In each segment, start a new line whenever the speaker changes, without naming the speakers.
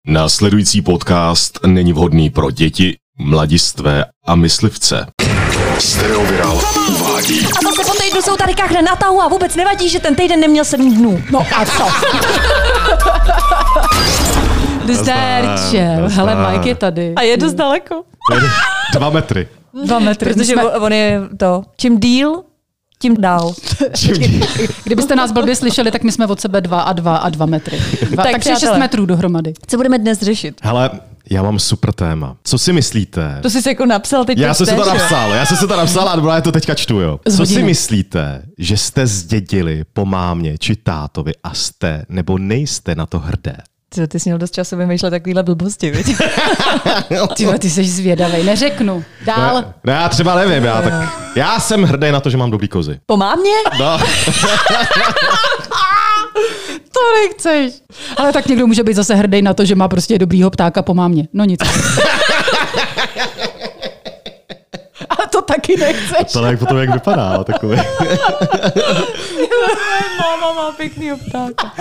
Následující podcast není vhodný pro děti, mladistvé a myslivce.
Stereoviral uvádí.
A zase po týdnu jsou tady káchne na tahu a vůbec nevadí, že ten týden neměl 7 dnů. No a co?
Zdárčel. Hele, Mike je tady.
A je dost daleko.
2 metry.
2 metry.
Protože on je to, čím díl, tím dál.
Kdybyste nás blbě slyšeli, tak my jsme od sebe 2 a 2 a 2 metry. Takže 6 metrů dohromady.
Co budeme dnes řešit?
Hele, já mám super téma. Co si myslíte?
To jsi jako napsal teď.
Já jsem si to napsal a já to teďka čtu, jo. Co si myslíte, že jste zdědili po mámě či tátovi a jste nebo nejste na to hrdé?
Ty jsi měl dost času vymýšlet takovýhle blbosti, viď?
Ty jsi zvědavej, neřeknu. Dál.
Ne, já třeba nevím, já jsem hrdý na to, že mám dobrý kozy.
Po mámě?
No.
To nechceš. Ale tak někdo může být zase hrdý na to, že má prostě dobrýho ptáka po mámě. No nic. Ale to taky nechceš.
To potom jak vypadá, takový.
Máma má pěknýho ptáka.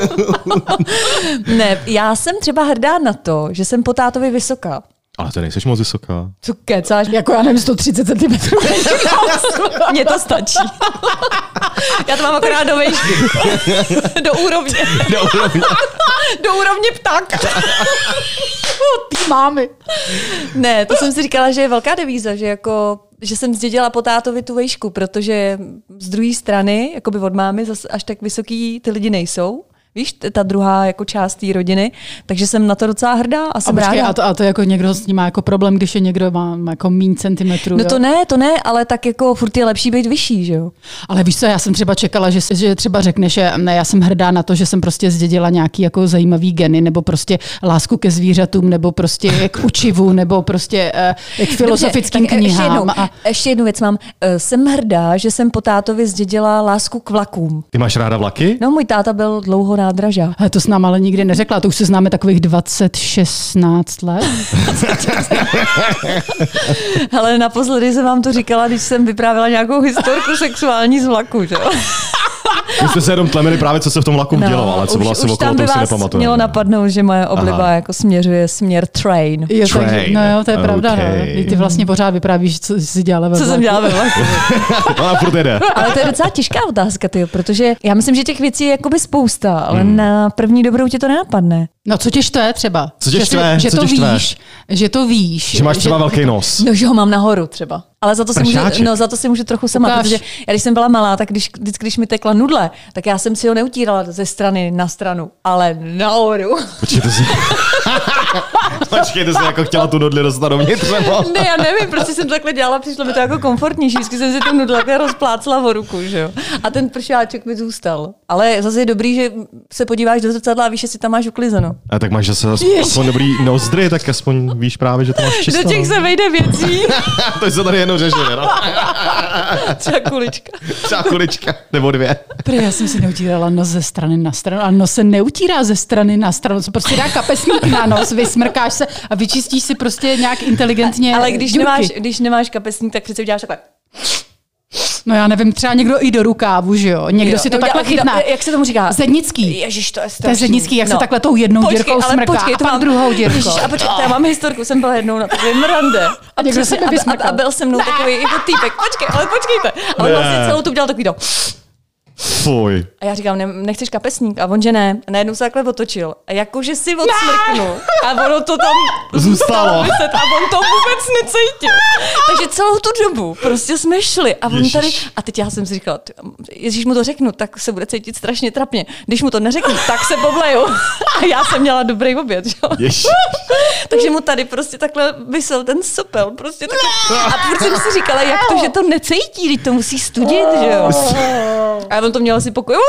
Ne, já jsem třeba hrdá na to, že jsem po tátovi vysoká.
Ale ty nejseš moc vysoká.
Co kecáš?
Jako já nevím, 130 cm.
Mně to stačí. Já to mám akorát do vejšky. Do úrovně. Do úrovně ptáka.
Ty mámy.
Ne, to jsem si říkala, že je velká devíza, že jsem zdědila po tátovi tu vejšku, protože z druhé strany, jakoby od mámy, zase až tak vysoký ty lidi nejsou. Víš, ta druhá jako část té rodiny, takže jsem na to docela hrdá a jsem ráda.
A to jako někdo s ním má jako problém, když je někdo má jako míň centimetrů.
No to ne, ale tak jako furt je lepší být vyšší, že jo?
Ale víš co, já jsem třeba čekala, že třeba řekneš, že ne, já jsem hrdá na to, že jsem prostě zdědila nějaký jako zajímavý geny, nebo prostě lásku ke zvířatům, nebo prostě k učivu, nebo prostě k filozofickým knihám.
Ještě jednu věc mám. Jsem hrdá, že jsem po tátovi zdědila lásku k vlakům.
Ty máš ráda vlaky?
No, můj táta byl dlouho nádražák.
Ale to s náma ale nikdy neřekla, to už se známe takových 16 let.
Hele, naposledy jsem vám to říkala, když jsem vyprávěla nějakou historku sexuální z vlaku, že jo?
My jsme se jenom tlemili právě, co se v tom vlaku dělo, ale co bylo asi okolo, to si nepamatujeme.
Mělo napadnout, že moje obliba jako směřuje směr train.
No jo, to je pravda. Okay. No. Ty vlastně pořád vyprávíš, co jsi dělala ve vlaku.
Co jsem dělala ve vlaku.
Ona furt jede.
Ale to je docela těžká otázka, tyjo, protože já myslím, že těch věcí je jakoby spousta, ale na první dobrou tě to nenapadne.
No co tě štve třeba?
Co tě štve?
Že to víš.
Že máš třeba velký nos.
No, že ho mám nahoru třeba. Ale za to si můžu trochu sama, protože já když jsem byla malá, tak když mi tekla nudle, tak já jsem si ho neutírala ze strany na stranu, ale nahoru.
Počkej, to jsi jako chtěla tu nudli dostat dovnitř, nebo?
Ne, já nevím, prostě jsem to takhle dělala, přišlo mi to jako komfortnější, vždycky jsem si tu nudle takhle rozplácla o ruku, že jo. A ten pršáček mi zůstal. Ale zase je dobrý, že se podíváš do zrcadla a víš, jestli tam máš uklizeno.
A tak máš zase aspoň dobrý nozdry, tak aspoň víš právě, že to máš čisto.
Do těch se vejde věcí.
To se tady jenom řešili, no. Třeba kulička, nebo 2.
Prý, já jsem si neutírala nos ze strany na stranu, a nos se neutírá ze strany na stranu, co prostě dá kapesník na nos, vysmrkáš se a vyčistíš si prostě nějak inteligentně.
Ale když nemáš kapesník, tak přece uděláš takhle.
No já nevím, třeba někdo i do rukávu, že jo? Někdo si to takhle chytne.
Jak se tomu říká?
Zednický.
Ježiš, to je strašný.
To je zednický, jak se takhle tou jednou dírkou smrká a pak druhou dírkou.
Ježiš, a počkej, já mám historku, jsem byla jednou na takovém rande.
A někdo se mi vysmrkal.
A byl se mnou takový jako týpek. Počkejte. A on vlastně celou tu udělal takový to.
Fuj.
A já říkám, nechceš kapesník? A on, že ne. A najednou se takhle otočil. A jakože si odsmrknu. A ono to tam
zůstalo.
A on to vůbec necítil. Takže celou tu dobu prostě jsme šli. A on tady. A teď já jsem si říkala, když mu to řeknu, tak se bude cítit strašně trapně. Když mu to neřeknu, tak se pobleju. A já jsem měla dobrý oběd, jo. Takže mu tady prostě takhle vysel ten sopel. Prostě takhle. A furt jsem si říkala, jak to, že to necítí, když to musí studit, že jo. A on to měl asi pokoj.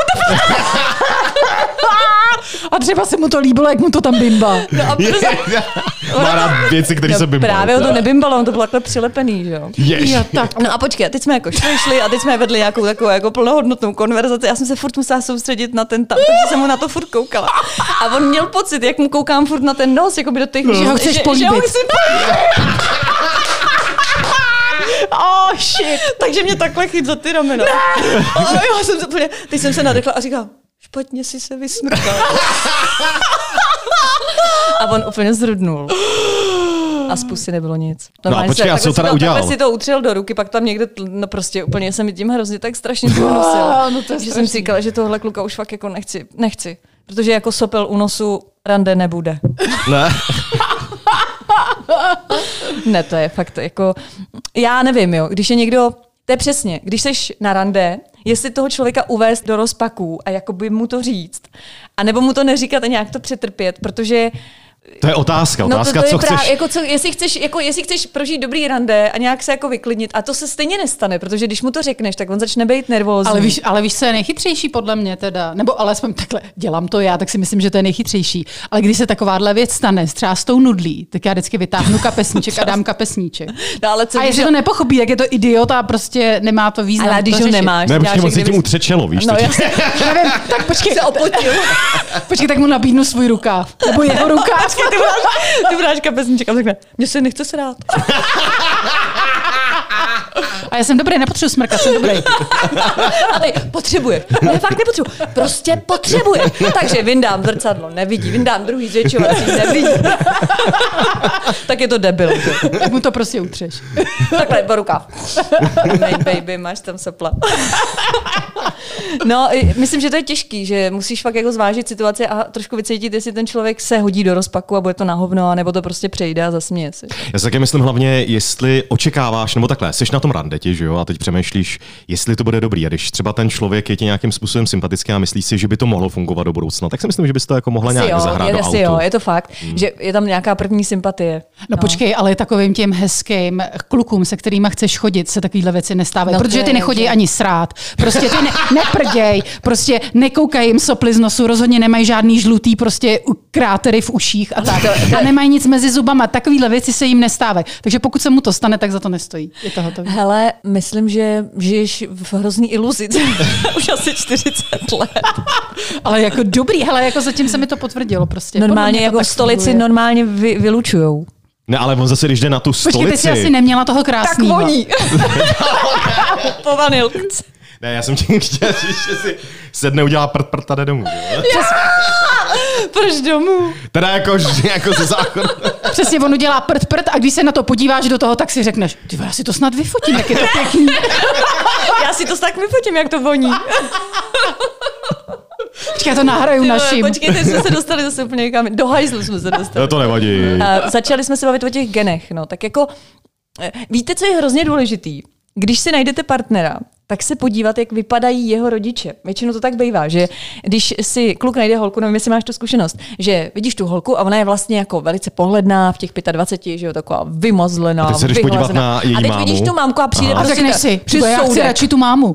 A třeba se mu to líbilo, jak mu to tam bimba.
No a prostě...
Má rád věci, které se bimbají.
Právě ho to nebimbalo, on to bylo takhle přilepený, že jo. No a počkej, teď jsme jako šli a teď jsme vedli nějakou takovou jako plnohodnotnou konverzaci. Já jsem se furt musela soustředit na ten tam, takže jsem mu na to furt koukala. A on měl pocit, jak mu koukám furt na ten nos, jako by do těch...
Že ho chceš políbit.
Oh shit. Takže mě takhle chyt za ty ramena. Já jsem teď jsem se nadechla a říkala, špatně si se vysmrkala. A on úplně zrudnul. A z pusy nebylo nic.
No počkej, já co teda udělal?
Takhle si to utřel do ruky, pak tam někde, no prostě úplně se mi tím hrozně tak strašně zhrosil. Že jsem si říkala, že tohle kluka už fakt jako nechci. Protože jako sopel u nosu rande nebude.
Ne.
Ne, to je fakt jako, já nevím, jo, když je někdo, to je přesně, když seš na rande, jestli toho člověka uvést do rozpaků a jakoby mu to říct, anebo mu to neříkat a nějak to přetrpět, protože
to je otázka,
to
co
je
chceš.
Jako jestli chceš prožít dobrý rande a nějak se jako vyklidnit, a to se stejně nestane, protože když mu to řekneš, tak on začne být nervózní.
Ale víš, co je nejchytřejší podle mě teda, nebo alespoň takhle, dělám to já, tak si myslím, že to je nejchytřejší. Ale když se takováhle věc stane, třeba s tou nudlí, tak já vždycky vytáhnu kapesníček a dám kapesníček.
No, ale co,
a jestli to nepochopí, tak je to idiot a prostě nemá to význam.
Ale když ho nemáš.
Ne, počkej, on si tím utřečelo, víš.
No,
nevím, tak počkej.
Se opotil.
Počkej, tak mu nabídnu svůj rukáv. Nebo jeho rukáv.
Ty budeš kapesníček a řekne, mně se nechce srát.
A já jsem dobrý, nepotřebuji smrkat, jsem dobrý.
A ty potřebuješ. Ne, fakt nepotřebuji. Prostě potřebuješ. Takže vyndám zrcadlo, nevidí. Vyndám druhý zvětšovací, nevidí. Tak je to debil.
Tak mu to prostě utřeš.
Takhle, po rukáv. Baby, máš tam sopla. No, myslím, že to je těžký, že musíš fakt jako zvážit situaci a trošku vycítit, jestli ten člověk se hodí do rozpaku a bude to na hovno, nebo to prostě přejde a zasměje se.
Já si taky myslím hlavně, jestli očekáváš, nebo takhle, jsi na tom randeti, že jo, a teď přemýšlíš, jestli to bude dobrý. A když třeba ten člověk je ti nějakým způsobem sympatický a myslíš si, že by to mohlo fungovat do budoucna, tak si myslím, že bys to jako mohla nějak zahrát do autu.
Jo, je to fakt, že je tam nějaká první sympatie.
No počkej, ale takovým těm hezkým klukům, se kterými chceš chodit, se takovéhle věci nestávají,
no
protože ty nechodí ani srát. Prostě ty neprděj, prostě nekoukají jim soply z nosu, rozhodně nemají žádný žlutý prostě krátery v uších a tak. A nemají nic mezi zubama, takovéhle věci se jim nestávají. Takže pokud se mu to stane, tak za to nestojí. Je to hotový.
Hele, myslím, že žiješ v hrozný iluzi. Už asi 40 let.
Ale jako dobrý, hele, jako zatím se mi to potvrdilo prostě.
Normálně jako stolici normálně vylučujou.
Ne, ale on zase, když jde na tu stolici.
Počkej, ty jsi asi neměla toho krásnýho.
Tak voní. Po vanilce.
Ne, já jsem chtěl říct, že si sedne, udělá prd a jde domů.
Proč domů?
Teda jako ze zákona.
Přesně, on udělá prd a když se na to podíváš do toho, tak si řekneš, ty já si to snad vyfotím, jak je to pěkný.
Já si to tak vyfotím, jak to voní.
Počkej, já to nahraju našim.
Počkejte, jsme se dostali zase úplně někam. Do hajzlu jsme se dostali.
To nevadí.
Začali jsme se bavit o těch genech. No, tak jako, víte, co je hrozně důležitý? Když si najdete partnera, tak se podívat, jak vypadají jeho rodiče. Většinou to tak bývá, že když si kluk najde holku, nevím, jestli máš tu zkušenost, že vidíš tu holku a ona je vlastně jako velice pohledná v těch 25, že jo, taková vymozlená,
a teď se jdeš podívat na její mámu.
A teď vidíš tu mámku a přijde
a řekneš si, já chci radši tu mámu.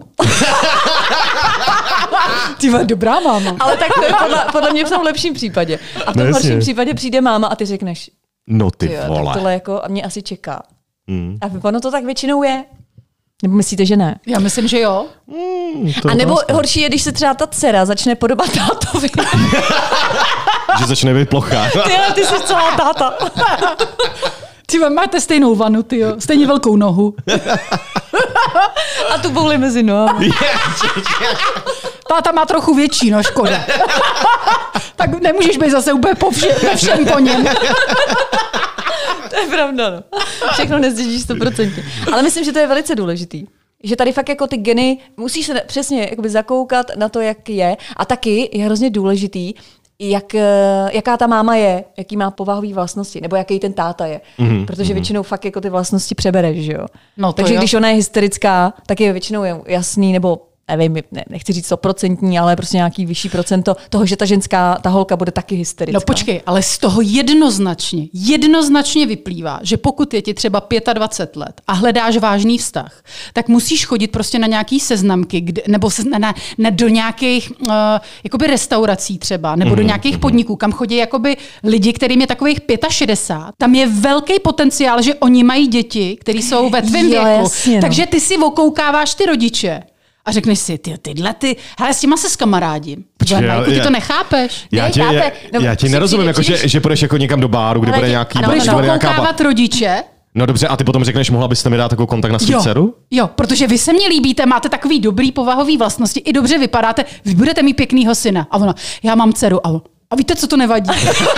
Ty dobrá máma.
Ale tak to je podle mě v tom lepším případě. A v tom horším případě přijde máma a ty řekneš,
no ty vole.
Tohle jako a mě asi čeká. A ono to tak většinou je. Nebo myslíte, že ne?
Já myslím, že jo.
A nebo horší je, když se třeba ta dcera začne podobat tátovi.
Že začne být plochá.
Ty jsi celá táta.
Ty máte stejnou vanu, tyjo. Stejně velkou nohu.
A tu bouli mezi nohama.
Táta má trochu větší, no škoda. Tak nemůžeš být zase úplně všem po něm.
To je pravda, no. Všechno nezdědíš 100%. Ale myslím, že to je velice důležitý. Že tady fakt jako ty geny, musíš se přesně jakoby zakoukat na to, jak je. A taky je hrozně důležitý, jaká ta máma je, jaký má povahové vlastnosti, nebo jaký ten táta je. Protože většinou fakt jako ty vlastnosti přebereš, že jo. No, takže když ona je hysterická, tak je většinou jasný, nebo nevím, nechci říct 100%, ale prostě nějaký vyšší procento toho, že ta holka bude taky hysterická.
No počkej, ale z toho jednoznačně vyplývá, že pokud je ti třeba 25 let a hledáš vážný vztah, tak musíš chodit prostě na nějaký seznamky, nebo do nějakých jakoby restaurací třeba, nebo do nějakých podniků, kam chodí jakoby lidi, kterým je takových 65. Tam je velký potenciál, že oni mají děti, které jsou ve tvém věku. Jasně, takže ty si okoukáváš ty rodiče. A řekneš si, hele, s těma se skamarádím. Ty to nechápeš.
Já ti nerozumím, jako, že půjdeš jako někam do báru, kde bude nějaký bar.
Budeš okoukávat rodiče.
No dobře, a ty potom řekneš, mohla byste mi dát takovou kontakt na svou dceru?
Jo, protože vy se mně líbíte, máte takový dobrý povahový vlastnosti, i dobře vypadáte, vy budete mít pěknýho syna. A ona, já mám dceru. A A víte, co to nevadí?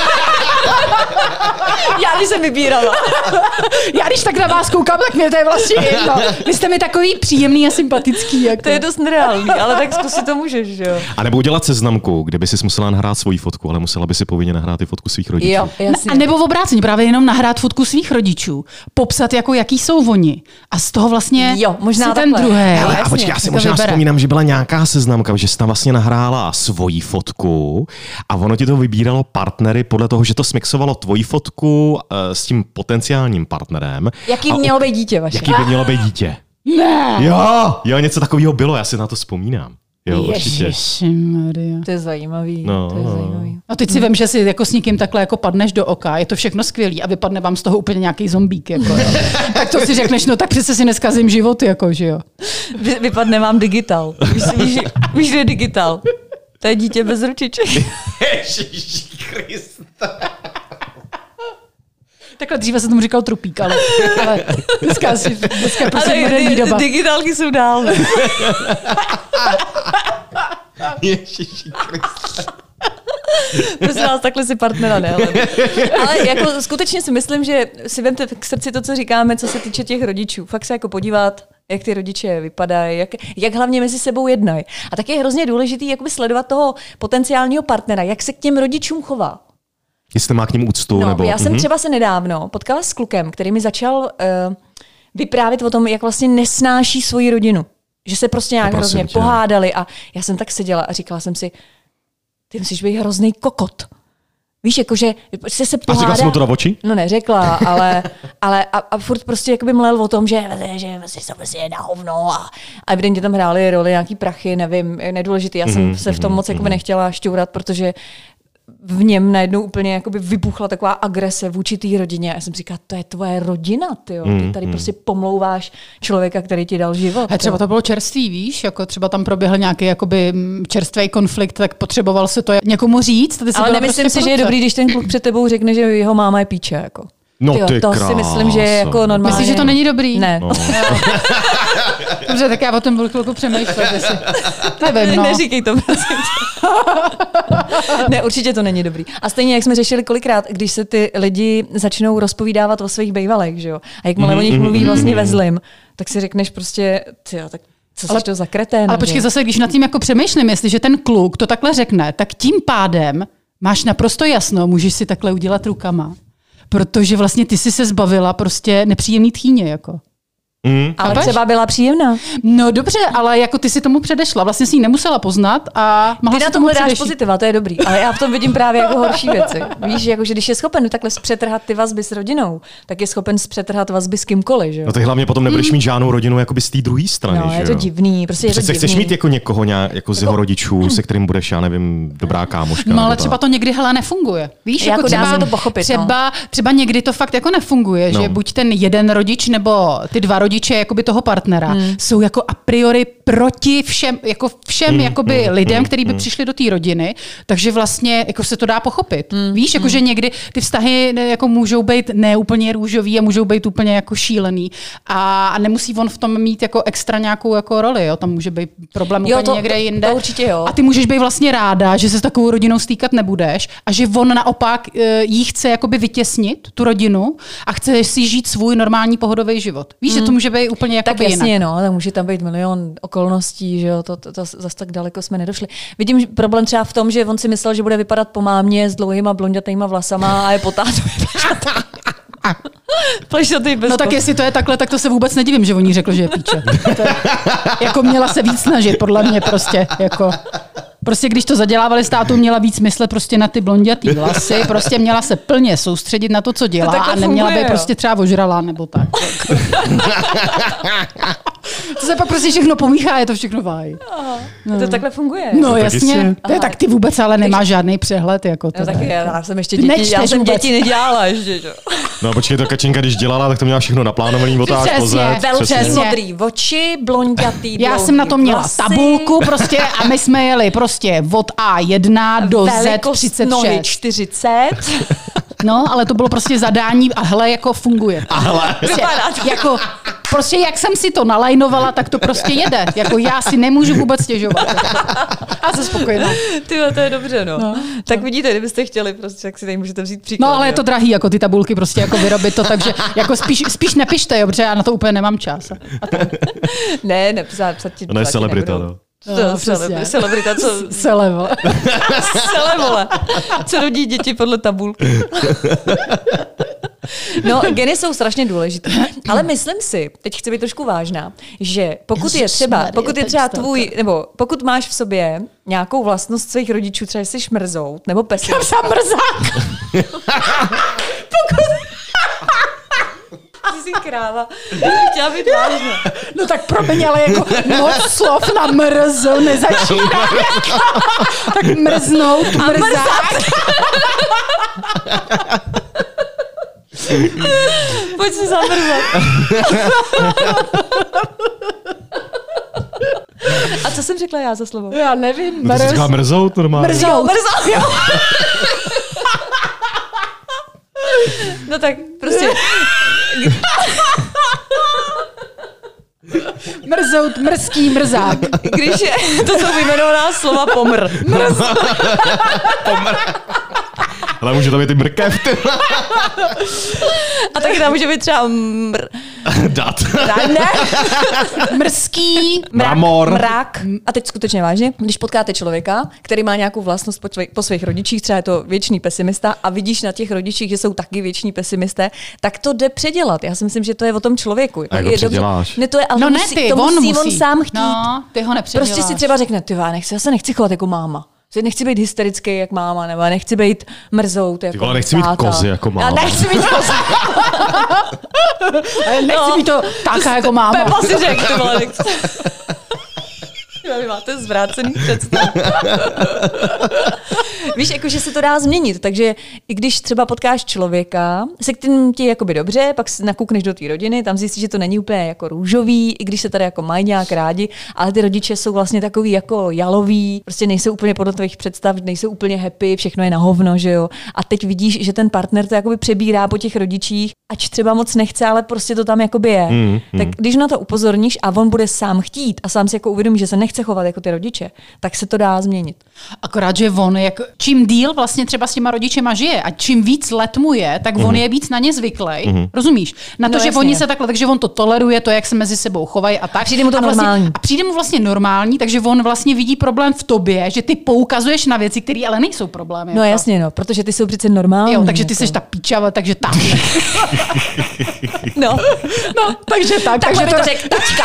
Já když jsem vybírala.
Já když tak na vás koukám, tak mě to je vlastně jedno. Vy jste mi takový příjemný a sympatický. Jako.
To je dost nereálný, ale tak zkusit to můžeš, že jo.
A nebo udělat seznamku, kde by si musela nahrát svoji fotku, ale musela by si povinně nahrát i fotku svých rodičů.
Jo, jasně.
A nebo v obrácení, právě jenom nahrát fotku svých rodičů, popsat, jako jaký jsou oni. A z toho vlastně
jo, možná
si ten
takhle.
druhý.
Ale a počkej, já si možná vzpomínám, že byla nějaká seznamka, že jsi tam vlastně nahrála svoji fotku a ono ti to vybíralo partnery podle toho, že to smixovalo tvoji fotku s tím potenciálním partnerem.
Jaký mělo být dítě vaše?
Jaký by mělo být dítě?
Ne.
Jo, něco takového bylo, já si na to vzpomínám. Jo, určitě.
Ježišmarja.
To je zajímavý.
No.
To je zajímavý.
A teď si vem, že si jako s někým takhle jako padneš do oka, je to všechno skvělý a vypadne vám z toho úplně nějaký zombík. Jako, jo. Tak to si řekneš, no tak přece si neskazím život, jako, že jo.
Vypadne vám digital. Víš, že je digital? To je dítě bez ručiček.
Ježiši Kriste.
Takhle dříve se tomu říkal trupík, ale dneska prostě moderní doba.
Digitálky jsou dál. Ne?
Ježiši Kriste.
Prosím vás, takhle si partnera ne. Ale jako skutečně si myslím, že si vemte k srdci to, co říkáme, co se týče těch rodičů. Fakt se jako podívat, jak ty rodiče vypadají, jak hlavně mezi sebou jednají. A tak je hrozně důležitý jakoby sledovat toho potenciálního partnera, jak se k těm rodičům chová.
Jestli má k ním úctu,
No,
nebo...
já jsem třeba se nedávno potkala s klukem, který mi začal vyprávět o tom, jak vlastně nesnáší svoji rodinu. Že se prostě nějak hrozně pohádali a já jsem tak seděla a říkala jsem si, ty musíš být hrozný kokot. Víš, jakože se pohádá...
A říkala jsi mu to na oči?
No neřekla, ale furt prostě jakoby mlel o tom, že vlastně se prostě je na hovno a evidentně tam hrály roli nějaký prachy, nevím, nedůležitý. Já jsem se v tom moc jakoby nechtěla šťourat, protože v něm najednou úplně jakoby vybuchla taková agrese vůči té rodině. A já jsem říkala, to je tvoje rodina, tyjo. Ty tady prostě pomlouváš člověka, který ti dal život.
A třeba to bylo čerstvý, víš, jako třeba tam proběhl nějaký jakoby čerstvý konflikt, tak potřeboval se to někomu říct.
Ale nemyslím prostě si, že je dobrý, když ten kluk před tebou řekne, že jeho máma je píče, jako.
No
tyjo,
ty
to
krása.
si myslím, že je jako normálně.
Myslíš, že to není dobrý?
Ne.
No.
Dobře, tak já o tom budu chvilku přemýšlet, jestli... Nevím, no.
Neříkej to, prosím. Ne, určitě to není dobrý. A stejně, jak jsme řešili kolikrát, když se ty lidi začnou rozpovídávat o svých bejvalech, že jo? A jakmile o nich mluví vlastně ve zlým, tak si řekneš prostě, tyjo, tak co jsi to za kretén?
Ale počkej, zase, když nad tím jako přemýšlím, jestliže ten kluk to takhle řekne, tak tím pádem máš naprosto jasno, můžeš si takhle udělat rukama. Protože vlastně ty jsi se zbavila prostě nepříjemný tchýně, jako.
Ale třeba byla příjemná.
No dobře, ale jako ty si tomu předešla. Vlastně si ji nemusela poznat a mohla
Ty na
si tomu
tom hledáš
předešít.
pozitiva, to je dobrý. Ale já v tom vidím právě jako horší věci. Víš, jako, že když je schopen takhle zpřetrhat ty vazby s rodinou, tak je schopen zpřetrhat vazby s kýmkoliv, že jo?
No tak hlavně potom nebudeš mít žádnou rodinu jakoby z té druhé strany,
No,
že
je to
jo?
divný, prostě je to
Přece
divný.
chceš mít jako někoho jako z jeho rodičů, se kterým budeš, já nevím, dobrá kámoška.
No ale
nebo
třeba to někdy hele nefunguje. Víš,
Jako dá
třeba,
se to pochopit,
třeba někdy to fakt jako nefunguje,
No.
že buď ten jeden rodič nebo ty dva rodiče jakoby toho partnera jsou jako a priori proti všem jakoby lidem, kteří by přišli do té rodiny, takže vlastně jako se to dá pochopit. Víš, jako že někdy ty vztahy jako můžou být neúplně růžový a můžou být úplně jako šílený a nemusí on v tom mít jako extra nějakou jako roli, jo? Tam může být problém úplně někde jinde.
To určitě jo.
A ty můžeš být vlastně ráda, že se s takovou rodinou stýkat nebudeš a že on naopak jí chce jakoby vytěsnit, tu rodinu, a chce si žít svůj normální pohodový život. Víš, že to může být úplně jakoby
Tak jasně,
jinak.
no, tak může tam být milion okolností, že jo, to zase tak daleko jsme nedošli. Vidím problém třeba v tom, že on si myslel, že bude vypadat po mámě s dlouhýma blondětejma vlasama a je po tátovi plešatý bez
No tak jestli to je takhle, tak to se vůbec nedivím, že oni řekl, že je píče. To je, jako měla se víc snažit, podle mě prostě. Jako, prostě když to zadělávali s tátou, měla víc myslet prostě na ty blondětý vlasy, prostě měla se plně soustředit na to, co dělá a neměla by prostě třeba ožralá nebo tak. To se pak prostě všechno pomíchá, je to všechno váj.
To takhle funguje.
No jasně, tak ty vůbec ale nemáš žádný přehled. Jako to
No, tak já jsem ještě
Nečteš
já jsem
vůbec.
děti nedělala ještě, že?
No počkej, to Kačenka, když dělala, tak to měla všechno naplánovaný, otáž,
Přesně,
pozet.
Velce modrý oči, blondětý,
Já jsem na to měla tabulku prostě a my jsme jeli prostě od A1 do Z36.
40.
No, ale to bylo prostě zadání a hele, jako funguje.
Ale
Vypadá to.
Jako prostě jak jsem si to nalajnovala, tak to prostě jede. Jako já si nemůžu vůbec stěžovat. A jsem spokojená.
Tyjo, to je dobře, no. Tak vidíte, kdybyste chtěli, prostě, tak si tady můžete vzít příklad.
No ale je to drahý, jako ty tabulky prostě jako vyrobit to, takže jako spíš nepište, jo, protože já na to úplně nemám čas.
Ne, psat ti.
Ona je celebrita, no.
Celebrita, co?
Sele, vole.
Co rodí děti podle tabulky. No, geny jsou strašně důležité, ale myslím si, teď chci být trošku vážná, že pokud je třeba tvůj, nebo pokud máš v sobě nějakou vlastnost svých rodičů, třeba jsi mrzout, nebo pesimista.
Jsem mrzák.
Jsi kráva. Chtěla být vážná.
No tak promiň, ale jako moc slov na mrzo nezačíná. Tak mrznout, mrzák.
Pojď se zamrzat. A co jsem řekla já za slovo?
Já nevím.
No ty jsi říkala mrzout normálně.
Mrzout.
Jo. No tak prostě...
Mrzout, mrzký, mrzák.
Když je, to jsou vyjmenovaná slova pomr.
Pomr. Ale může to být i mrkev.
A taky tam může být třeba
Dat.
Ne.
Mrzký.
Mrak. A teď skutečně vážně, když potkáte člověka, který má nějakou vlastnost po svých rodičích, třeba je to věčný pesimista a vidíš na těch rodičích, že jsou taky věční pesimisté, tak to jde předělat. Já si myslím, že to je o tom člověku.
A jak ho předěláš?
Ne, to je, ale
no
musí,
ne ty,
to musí
on
on sám chtít.
No, ty ho nepředěláš.
Prostě si třeba řekne, já se nechci chovat jako máma. Nechci být hysterický jak máma, nebo nechci být mrzout jako
táta. Nechci mít kozy jako máma.
Já nechci mít kozy.
Nechci mít to táka jako máma.
Pepa si řekl, ty vole, nechci. Vy máte zvrácený představ. Víš, jako, že se to dá změnit, takže i když třeba potkáš člověka, se kterým ti jakoby dobře, pak nakoukneš do té rodiny, tam zjistíš, že to není úplně jako růžový, i když se tady jako mají nějak rádi, ale ty rodiče jsou vlastně takový jako jaloví, prostě nejsou úplně podle tvých představ, nejsou úplně happy, všechno je na hovno, že jo. A teď vidíš, že ten partner to jakoby přebírá po těch rodičích, ač třeba moc nechce, ale prostě to tam jakoby je. Tak když na to upozorníš a on bude sám chtít a sám si jako uvědomí, že se nechce chovat jako ty rodiče, tak se to dá změnit.
Akorát, že on, čím díl vlastně třeba s těma rodičema žije a čím víc let mu je, tak on je víc na ně zvyklý. Rozumíš? Na to, no, že jasně. Oni se takhle, takže on to toleruje, to, jak se mezi sebou chovají a tak.
Přijde mu to normální.
A přijde mu vlastně normální, takže on vlastně vidí problém v tobě, že ty poukazuješ na věci, které ale nejsou problémy.
No jako. Jasně, no, protože ty jsou přece normální.
Jo, takže ty
jako.
Seš ta píčava, takže tak.
No,
takže tak.
Takže to řekl tačka.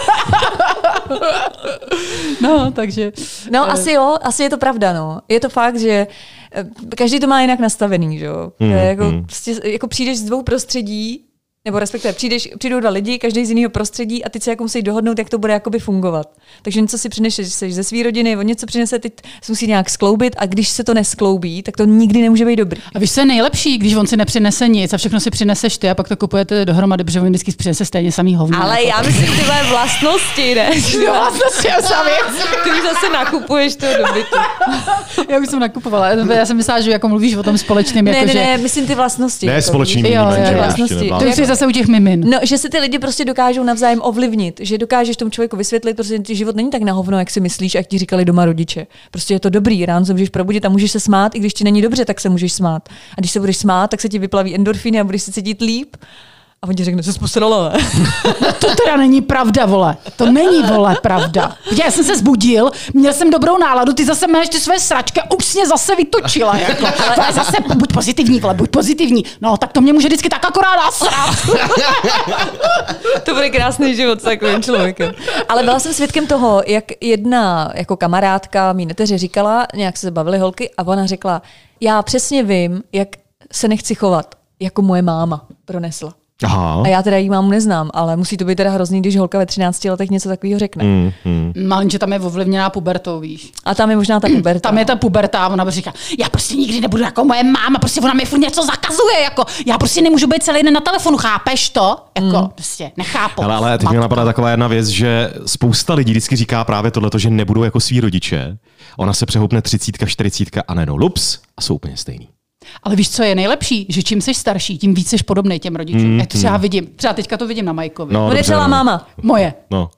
No, takže...
No, asi je to pravda, no. Je to fakt, že každý to má jinak nastavený, že jo. Prostě, jako přijdeš z dvou prostředí, nebo respektive přijdou dva lidi, každý z jiného prostředí a ty se jako musí dohodnout, jak to bude jakoby fungovat. Takže něco si přineseš ze své rodiny, on něco přinese, teď se musí nějak skloubit a když se to neskloubí, tak to nikdy nemůže být dobrý.
A víš, co je nejlepší, když on si nepřinese nic a všechno si přineseš ty a pak to kupujete dohromady, protože on vždycky přinese stejně samý hovno.
Ale já myslím, ty tvoje vlastnosti, ne?
Vlastnosti a samé.
Ty už zase nakupuješ to do bytu.
Já už jsem nakupovala. Já jsem myslela, že jako mluvíš o tom společném.
Ne, myslím ty vlastnosti.
Ne, společný.
Vlastnosti.
U těch mimin.
No, že se ty lidi prostě dokážou navzájem ovlivnit, že dokážeš tomu člověku vysvětlit, prostě ty život není tak na hovno, jak si myslíš, jak ti říkali doma rodiče. Prostě je to dobrý, ráno se můžeš probudit a můžeš se smát, i když ti není dobře, tak se můžeš smát. A když se budeš smát, tak se ti vyplaví endorfiny a budeš se cítit líp. A on ti řekne, co jsi posrala, ne?
To teda není pravda, vole. To není, vole, pravda. Já jsem se zbudil, měl jsem dobrou náladu, ty zase máš ty své sračky, už jsi mě zase vytočila. Jako. Ale zase buď pozitivní, vole, buď pozitivní. No, tak to mě může vždycky tak akorát nasrat.
To bude krásný život s takovým člověkem. Ale byla jsem svědkem toho, jak jedna jako kamarádka mý neteře říkala, nějak se bavily holky a ona řekla, já přesně vím, jak se nechci chovat, jako moje máma pronesla.
Aha.
A já teda jí mámu neznám, ale musí to být teda hrozný, když holka ve 13 letech něco takového řekne.
Že tam je ovlivněná pubertou, víš.
A tam je možná ta puberta.
Tam je ta puberta a ona říká, já prostě nikdy nebudu jako moje máma, prostě ona mi furt něco zakazuje, jako já prostě nemůžu být celý den na telefonu, chápeš to? Jako prostě nechápu.
Ale teď mě napadá taková jedna věc, že spousta lidí vždycky říká právě tohleto, že nebudou jako svý rodiče. Ona se přehoupne 30, 40 a najednou lups a jsou úplně stejný.
Ale víš, co je nejlepší? Že čím jsi starší, tím víc jsi podobnej těm rodičům. Já to třeba vidím. Třeba teďka to vidím na Majkovi.
No,
Bude celá máma.
Moje.
No,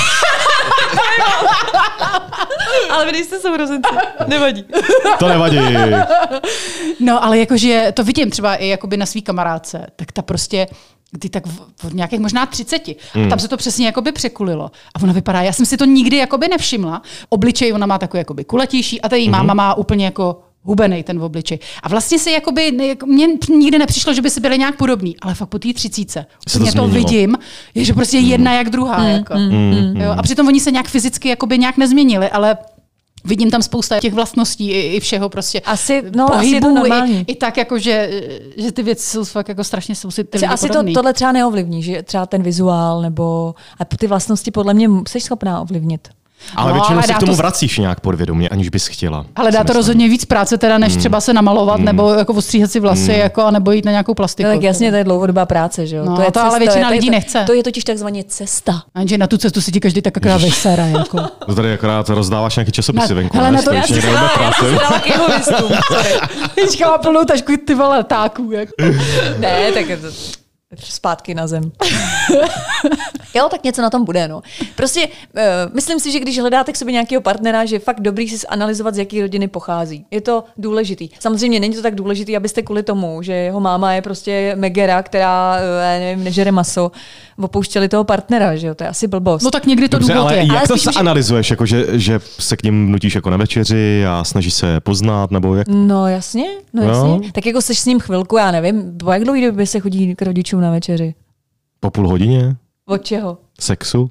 Ale vy nejste sourozenci. Nevadí.
to nevadí.
No, ale jakože to vidím třeba i jakoby na svý kamarádce, tak ta prostě ty tak v nějakých možná 30. A tam se to přesně jakoby překulilo. A ona vypadá, já jsem si to nikdy jakoby nevšimla. Obličej ona má takový jakoby kulatější a ta její máma má úplně jako hubenej ten obličej. A vlastně se jakoby, mně nikdy nepřišlo, že by si byly nějak podobný, ale fakt po té 30. Úplně to vidím, je, že prostě jedna jak druhá. Jako. Jo? A přitom oni se nějak fyzicky jakoby nějak nezměnili, ale vidím tam spousta těch vlastností i všeho prostě.
Asi je to normální.
I tak jako, že ty věci jsou fakt jako strašně jsou si ty lidi
asi
podobný.
tohle třeba neovlivní, že třeba ten vizuál nebo a ty vlastnosti podle mě jsi schopná ovlivnit.
Ale většinou se k tomu vracíš nějak podvědomě, aniž bys chtěla.
Ale dá to rozhodně víc práce teda, než třeba se namalovat nebo jako ostříhat si vlasy jako, nebo jít na nějakou plastiku.
No, tak jasně, to je dlouhodobá práce, že jo?
No,
to je
to ale většina lidí nechce.
To je totiž takzvaně cesta.
Anže na tu cestu si ti každý tak akorát vysere. Jako.
To tady akorát rozdáváš nějaký časopisy venku.
Hele, na to
Já jsem si dala k jeho listům.
Teďka má plnou tašku ty vole letáků. Jako.
Ne, tak je to zpátky na zem. Jo, tak něco na tom bude, no. Prostě myslím si, že když hledáte k sobě nějakého partnera, že je fakt dobrý si analyzovat, z jaký rodiny pochází. Je to důležitý. Samozřejmě není to tak důležitý, abyste kvůli tomu, že jeho máma je prostě megera, která nevím, nežere maso, opouštěli toho partnera, že jo, to je asi blbost.
No tak někdy to důvod
ale
je.
jak to analyzuješ, jako že se k ním nutíš jako na večeři a snažíš se poznat, nebo jak?
No jasně. Tak jako seš s ním chvilku, já nevím, po jak dlouhý době se chodí k rodičům na večeři?
Po půl hodině?
Od čeho?
Sexu?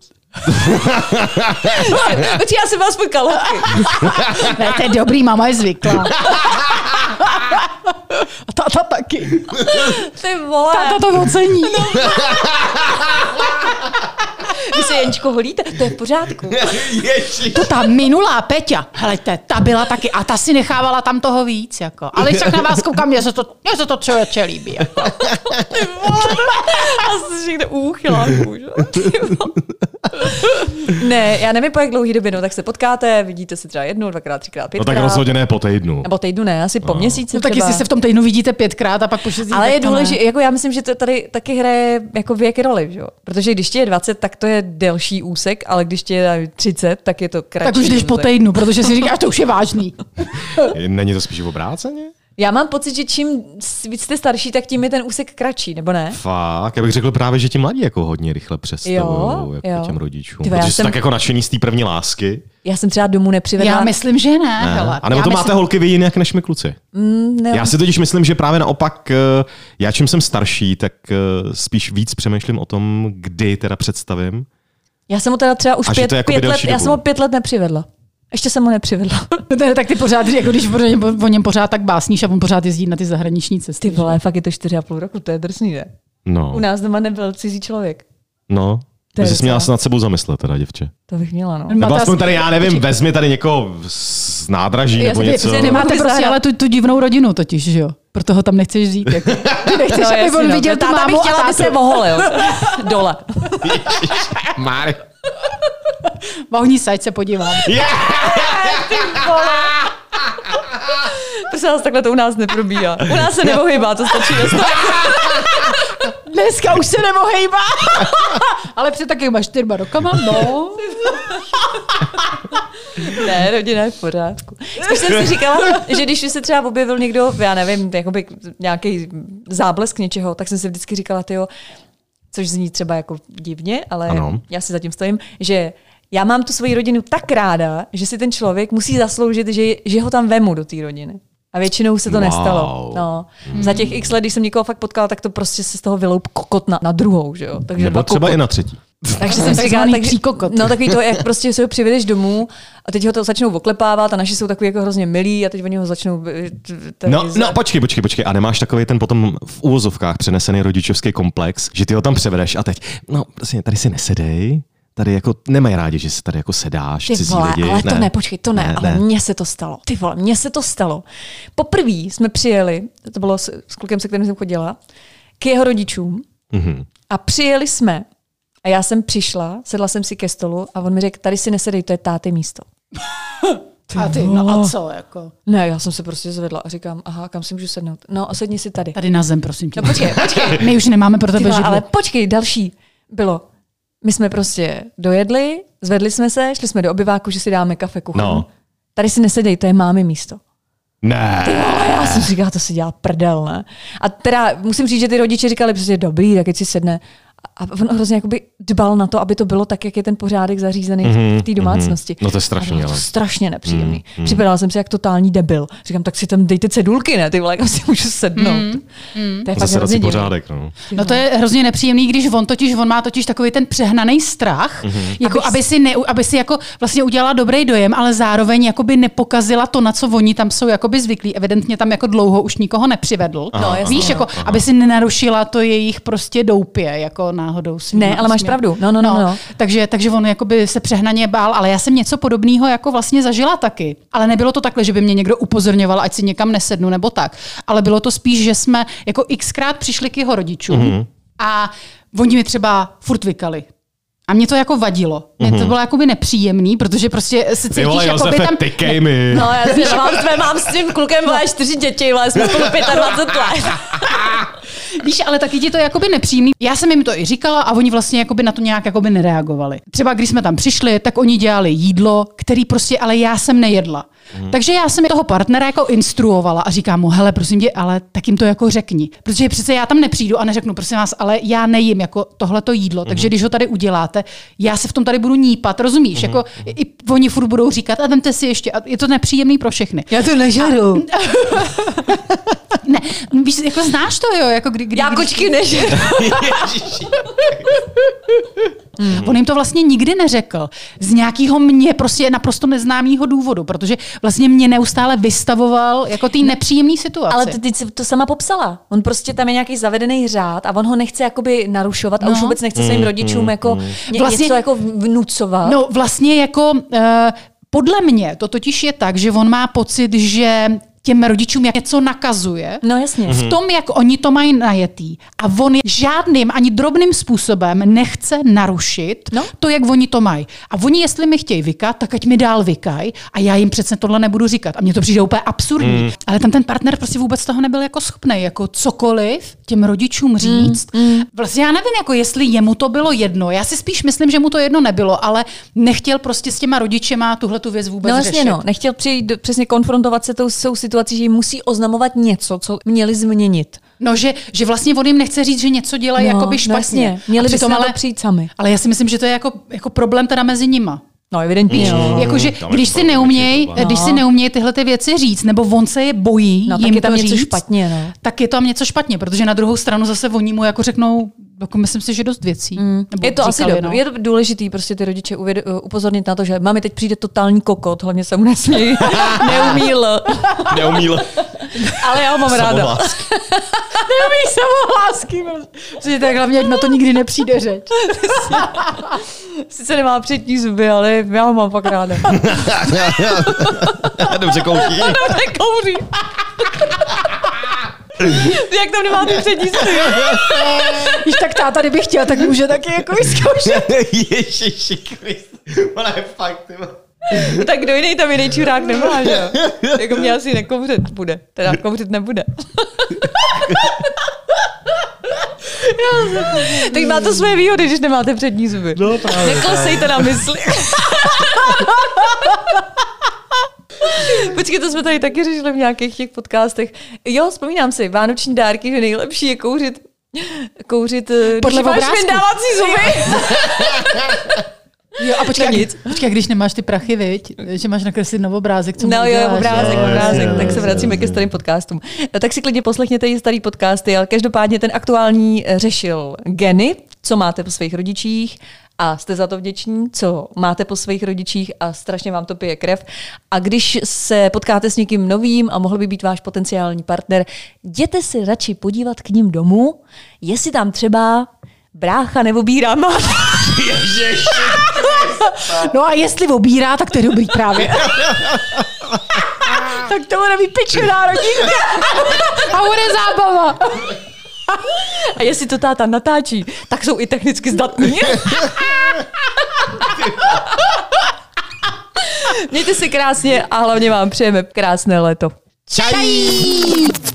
Počkej, já jsem vás aspoň kalhotky.
Ne, to je dobrý, máma je zvyklá. A táta taky.
Ty vole.
Táta to ocení.
Vy se Jeničko holíte? To je v pořádku.
To ta minulá Peťa, helejte, ta byla taky, a ta si nechávala tam toho víc, jako. Ale však na vás koukám, mně se to člověče líbí, jako.
Ty vole. A jsi někde úchyláku, že? Ne, já nevím, po jak dlouhý době, no tak se potkáte, vidíte se třeba 1, 2krát, 3krát, 5krát.
No tak rozhodně ne po týdnu.
Nebo týdnu ne, asi po měsíci.
No tak jestli se v tom týdnu vidíte 5krát a pak po 6.
Ale je důležité, jako já myslím, že to tady taky hraje jako věk roli, že jo? Protože když ti je 20, tak to je delší úsek, ale když ti je 30, tak je to kratší.
Tak už jdeš po týdnu, protože si říkáš, to už je vážný.
Není to spíš obráceně?
Já mám pocit, že čím víc jste starší, tak tím je ten úsek kratší, nebo ne?
Fakt, já bych řekl právě, že ti mladí jako hodně rychle představují jako těm rodičům. Protože jsi tak jako nadšený z té první lásky.
Já jsem třeba domů nepřivedla.
Já myslím, že ne. Hele.
A nebo to máte holky vy jinak než my kluci? Já si totiž myslím, že právě naopak, já čím jsem starší, tak spíš víc přemýšlím o tom, kdy teda představím.
Já jsem ho teda třeba už 5 let, já jsem ho 5 let nepřivedla. Ještě jsem ho nepřivedla.
Tak ty pořád, jako když o něm pořád tak básníš a on pořád jezdí na ty zahraniční cesty.
Ty vole, fakt je to 4,5 roku, to je drsný, ne?
No.
U nás doma nebyl cizí člověk.
No. Ty jsi měla se nad sebou zamyslet teda, děvče.
To bych měla, no.
Nebo aspoň tady, já nevím, vezmi tady někoho z nádraží nebo něco.
Nemáte prostě ale tu divnou rodinu totiž, že jo? Proto ho tam nechceš vzít. Jako. Ty nechceš,
no,
aby on viděl tu mámu
bych chtěla, aby se voholil. Dole.
Máry.
Vohní saď se podívám.
Ty vole. Prosím vás, takhle to u nás neprobíhá. U nás se neohejbá, to stačí dostat.
Dneska už se neohejbá. Ale před takovýma 4 rokama, no.
Ne, rodina je v pořádku. Spíš jsem si říkala, že když se třeba objevil někdo, já nevím, jakoby nějaký záblesk něčeho, tak jsem si vždycky říkala, tyjo, což zní třeba jako divně, ale ano. Já si zatím stojím, že já mám tu svoji rodinu tak ráda, že si ten člověk musí zasloužit, že ho tam vemu do té rodiny. A většinou se to nestalo. No. Za těch x let, když jsem někoho fakt potkala, tak to prostě se z toho vyloup kokot na druhou. Že jo? Takže
nebo třeba i na třetí.
Takže jsem si říkala, no takový to, jak prostě se ho přivedeš domů a teď ho to začnou oklepávat a naši jsou takový jako hrozně milí a teď oni ho začnou...
No počkej. A nemáš takový ten potom v úvozovkách přenesený rodičovský komplex, že ty ho tam převedeš a teď, no prostě tady si nesedej, tady jako nemají rádi, že se tady jako sedáš,
ty
cizí
vole,
lidi.
Ale to ne, počkej, to ne, ale mně se to stalo. Ty vole, mně se to stalo. Poprvé jsme přijeli, to bylo s klukem, se kterým jsem chodila, k jeho rodičům a přijeli jsme a já jsem přišla, sedla jsem si ke stolu a on mi řekl, tady si nesedej, to je táty místo.
A ty, no a co jako?
Ne, já jsem se prostě zvedla a říkám, aha, kam si můžu sednout? No a sedni si tady.
Tady na zem, prosím tě.
No počkej.
My už nemáme pro tebe židli.
Ale počkej, další bylo. My jsme prostě dojedli, zvedli jsme se, šli jsme do obyváku, že si dáme kafe, kuchyň.
No.
Tady si nesedej, to je mámy místo.
Ne.
Ty vole, já jsem si říkala, to si dělá prdel, ne? A teda musím říct, že ty rodiče říkali, že je dobrý, tak si sedne. A on hrozně jakoby dbal na to, aby to bylo tak, jak je ten pořádek zařízený v té domáctnosti.
No to je strašně, ale.
Strašně nepříjemný. Připadala jsem si jak totální debil. Říkám, tak si tam dejte cedulky, ne? Ty vole, kam si můžu sednout. To je fakt hrozně divný.
Pořádek, no.
No to je hrozně nepříjemný, když on má totiž takový ten přehnaný strach, jako aby si jako vlastně udělala dobrý dojem, ale zároveň jakoby nepokazila to, na co oni tam jsou jakoby zvyklí. Evidentně tam jako dlouho už nikoho nepřivedl.
No,
víš, jako aby si nenarušila to jejich prostě doupě, jako náhodou svým.
Ne, ale máš pravdu. No.
Takže on jakoby se přehnaně bál, ale já jsem něco podobného jako vlastně zažila taky. Ale nebylo to takhle, že by mě někdo upozorňoval, ať si někam nesednu nebo tak. Ale bylo to spíš, že jsme jako xkrát přišli k jeho rodičům a oni mi třeba furt vykali. A mě to jako vadilo. Mně to bylo jakoby nepříjemný, protože prostě se cítíš jakoby tam...
Tykej mi.
No já mám s tím klukem 4 děti, jsme spolu 25 let.
Víš, ale taky ti to je jakoby nepříjemný. Já jsem jim to i říkala a oni vlastně jakoby na to nějak jakoby nereagovali. Třeba když jsme tam přišli, tak oni dělali jídlo, který prostě, ale já jsem nejedla. Takže já jsem toho partnera jako instruovala a říkám mu, hele, prosím tě, ale tak jim to jako řekni. Protože přece já tam nepřijdu a neřeknu, prosím vás, ale já nejím jako tohleto jídlo, takže když ho tady uděláte, já se v tom tady budu nípat, rozumíš? Jako i oni furt budou říkat, a vemte si ještě, a je to nepříjemný pro všechny.
Já to nežeru.
Ne, víš, jako znáš to, jo? Jako
já kočky nežeru.
On jim to vlastně nikdy neřekl. Z nějakého mě prostě naprosto neznámého důvodu, protože vlastně mě neustále vystavoval jako ty nepříjemný situace.
Ale ty jsi to sama popsala. On prostě tam je nějaký zavedený řád a on ho nechce jakoby narušovat a už vůbec nechce svým rodičům jako vlastně, něco jako vnucovat.
No vlastně jako podle mě to totiž je tak, že on má pocit, že těm rodičům něco nakazuje.
No jasně.
V tom, jak oni to mají najetý. A on žádným ani drobným způsobem nechce narušit to, jak oni to mají. A oni, jestli mi chtějí vykat, tak ať mi dál vykají a já jim přece tohle nebudu říkat. A mně to přijde úplně absurdní. Ale tam ten partner prostě vůbec toho nebyl jako schopný, jako cokoliv těm rodičům říct. Vlastně já nevím, jako jestli jemu to bylo jedno. Já si spíš myslím, že mu to jedno nebylo, ale nechtěl prostě s těma rodičema tuhletu věc vůbec řešit.
No, nechtěl přijít přesně konfrontovat se tou situací, že jim musí oznamovat něco, co měli změnit.
No, že vlastně on jim nechce říct, že něco dělají jakoby špatně.
Vlastně. Měli by to ale přijít sami.
Ale já si myslím, že to je jako problém teda mezi nima.
No, evidentně.
Jakože když si neumějí tyhle ty věci říct, nebo on se je bojí jim
je tam
to
něco
říct,
špatně, no.
Tak je tam něco špatně, protože na druhou stranu zase oni mu jako řeknou, jako myslím si, že dost věcí.
Je to asi je to důležitý prostě ty rodiče upozornit na to, že mami teď přijde totální kokot, hlavně se mu nesmějí. Neumíl. Ale já ho mám ráda.
Neumí samohlásky. Protože tak hlavně na to nikdy nepřijde řeč.
Sice nemá přední zuby, ale já ho mám fakt ráda.
Dobře kouří.
Jak tam nemá ty přední zuby?
Víš, tak táta, kdyby chtěl, tak může taky jako vyzkoušet.
Ježiši Krist. Ona je fakt, ty.
No tak kdo jiný tam jiný čurák nemá, že jo? Jako mě asi nekouřit bude. Teda kouřit nebude. Tak má to své výhody, když nemáte přední zuby.
No právě.
Neklesejte na mysli. Počkej, to jsme tady taky řešili v nějakých těch podcastech. Jo, vzpomínám si, vánoční dárky, že nejlepší je kouřit
podle
máš vyndávací zuby.
Jo, a počkej, když nemáš ty prachy, viď? Že máš nakreslit nový obrázek, co
no jo, obrázek, tak se vracíme ke starým podcastům. Tak si klidně poslechněte i starý podcasty, ale každopádně ten aktuální řešil geny, co máte po svých rodičích a jste za to vděční, co máte po svých rodičích a strašně vám to pije krev. A když se potkáte s někým novým a mohl by být váš potenciální partner, jděte si radši podívat k ním domů, jestli tam třeba brácha neobírá máte.
No a jestli obírá, tak to je dobrý právě. Tak to bude vypičená rodinka. A bude zábava.
A jestli to táta natáčí, tak jsou i technicky zdatní. Mějte se krásně a hlavně vám přejeme krásné léto.
Čaj!